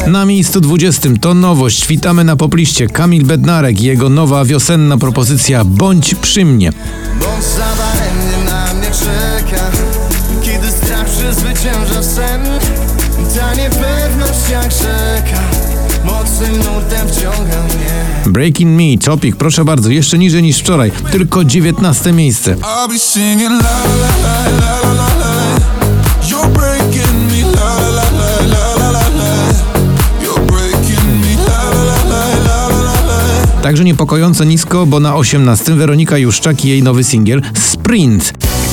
Na miejscu 20 to nowość. Witamy na popliście. Kamil Bednarek i jego nowa wiosenna propozycja Bądź przy mnie. Bądź zadaremnie na mnie czeka, kiedy strach przezwycięża sen. Ta niepewność jak rzeka, mocnym nurtem wciąga mnie. Breaking Me, Topik, proszę bardzo, jeszcze niżej niż wczoraj, tylko 19 miejsce. Także niepokojąco nisko, bo na 18 Weronika Juszczak i jej nowy singiel Sprint.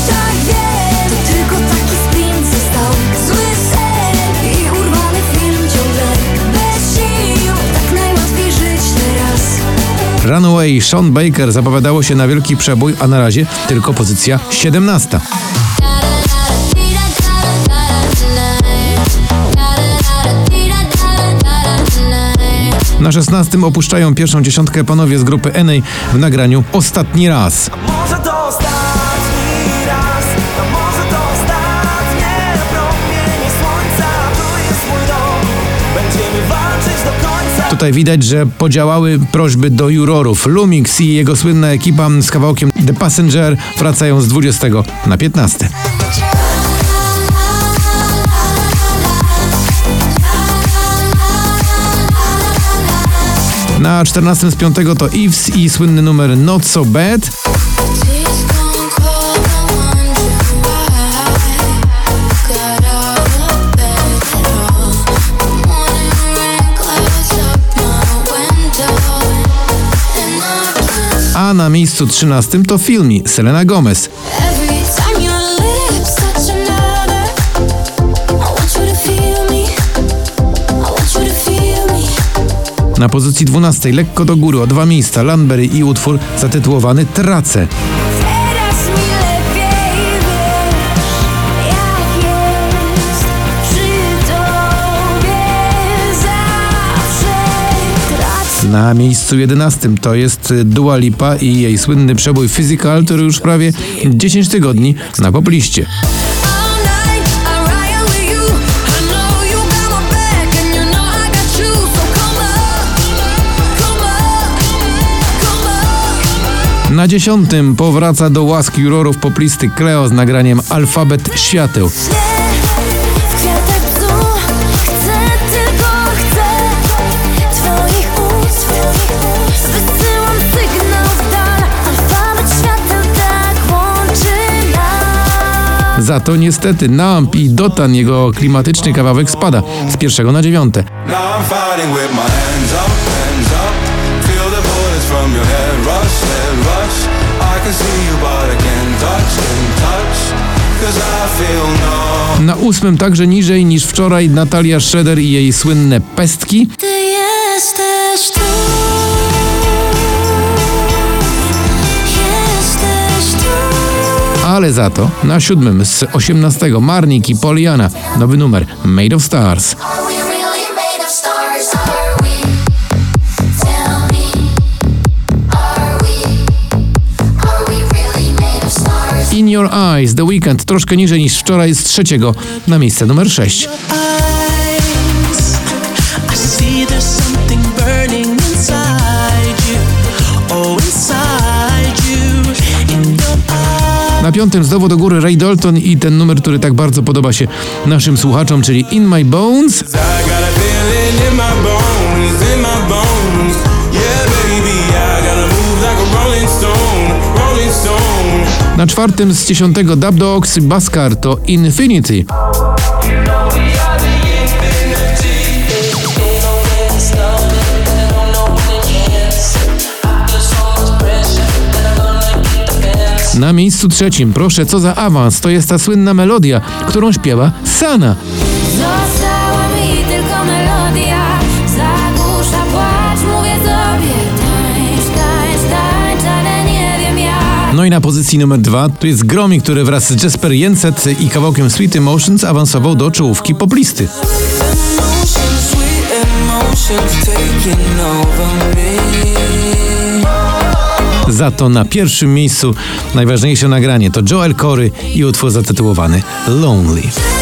Runaway, Sean Baker zapowiadało się na wielki przebój, a na razie tylko pozycja 17. Na 16 opuszczają pierwszą dziesiątkę panowie z grupy NA w nagraniu Ostatni raz. Może to ostatni raz, a może to ostatnie promienie słońca, tu jest mój dom, będziemy walczyć do końca. Tutaj widać, że podziałały prośby do jurorów. Lumix i jego słynna ekipa z kawałkiem The Passenger wracają z 20 na 15. Na 14 z 5 to Eves i słynny numer Not So Bad. A na miejscu 13 to Feel Me, Selena Gomez. Na pozycji 12 lekko do góry o 2 miejsca Landberry i utwór zatytułowany Tracę. Teraz mi lepiej wiesz, jak jest przy tobie zawsze tracę. Na miejscu 11 to jest Dua Lipa i jej słynny przebój Physical, który już prawie 10 tygodni na popliście. Na 10 powraca do łask jurorów poplisty Cleo z nagraniem Alfabet Świateł. Za to niestety Numb i Dotan, jego klimatyczny kawałek, spada z 1 na 9. Na 8 także niżej niż wczoraj Natalia Schroeder i jej słynne Pestki. Ty jesteś tu. Jesteś tu. Ale za to na 7 z 18 Marnik i Poliana nowy numer Made of Stars. In Your Eyes, The Weeknd, troszkę niżej niż wczoraj z 3 na miejsce numer 6. Na 5 znowu do góry Ray Dalton i ten numer, który tak bardzo podoba się naszym słuchaczom, czyli In My Bones. Na 4 z 10 Dub Dogs Baskar to Infinity. Na miejscu 3, proszę, co za awans, to jest ta słynna melodia, którą śpiewa Sana. Została mi tylko melodia, zagłusza płacz, mówię tobie. Tańcz, ale nie wiem jak. No i na pozycji numer 2 to jest Gromi, który wraz z Jasper Jenset i kawałkiem Sweet Emotions awansował do czołówki poplisty. Za to na pierwszym miejscu najważniejsze nagranie to Joel Corey i utwór zatytułowany Lonely.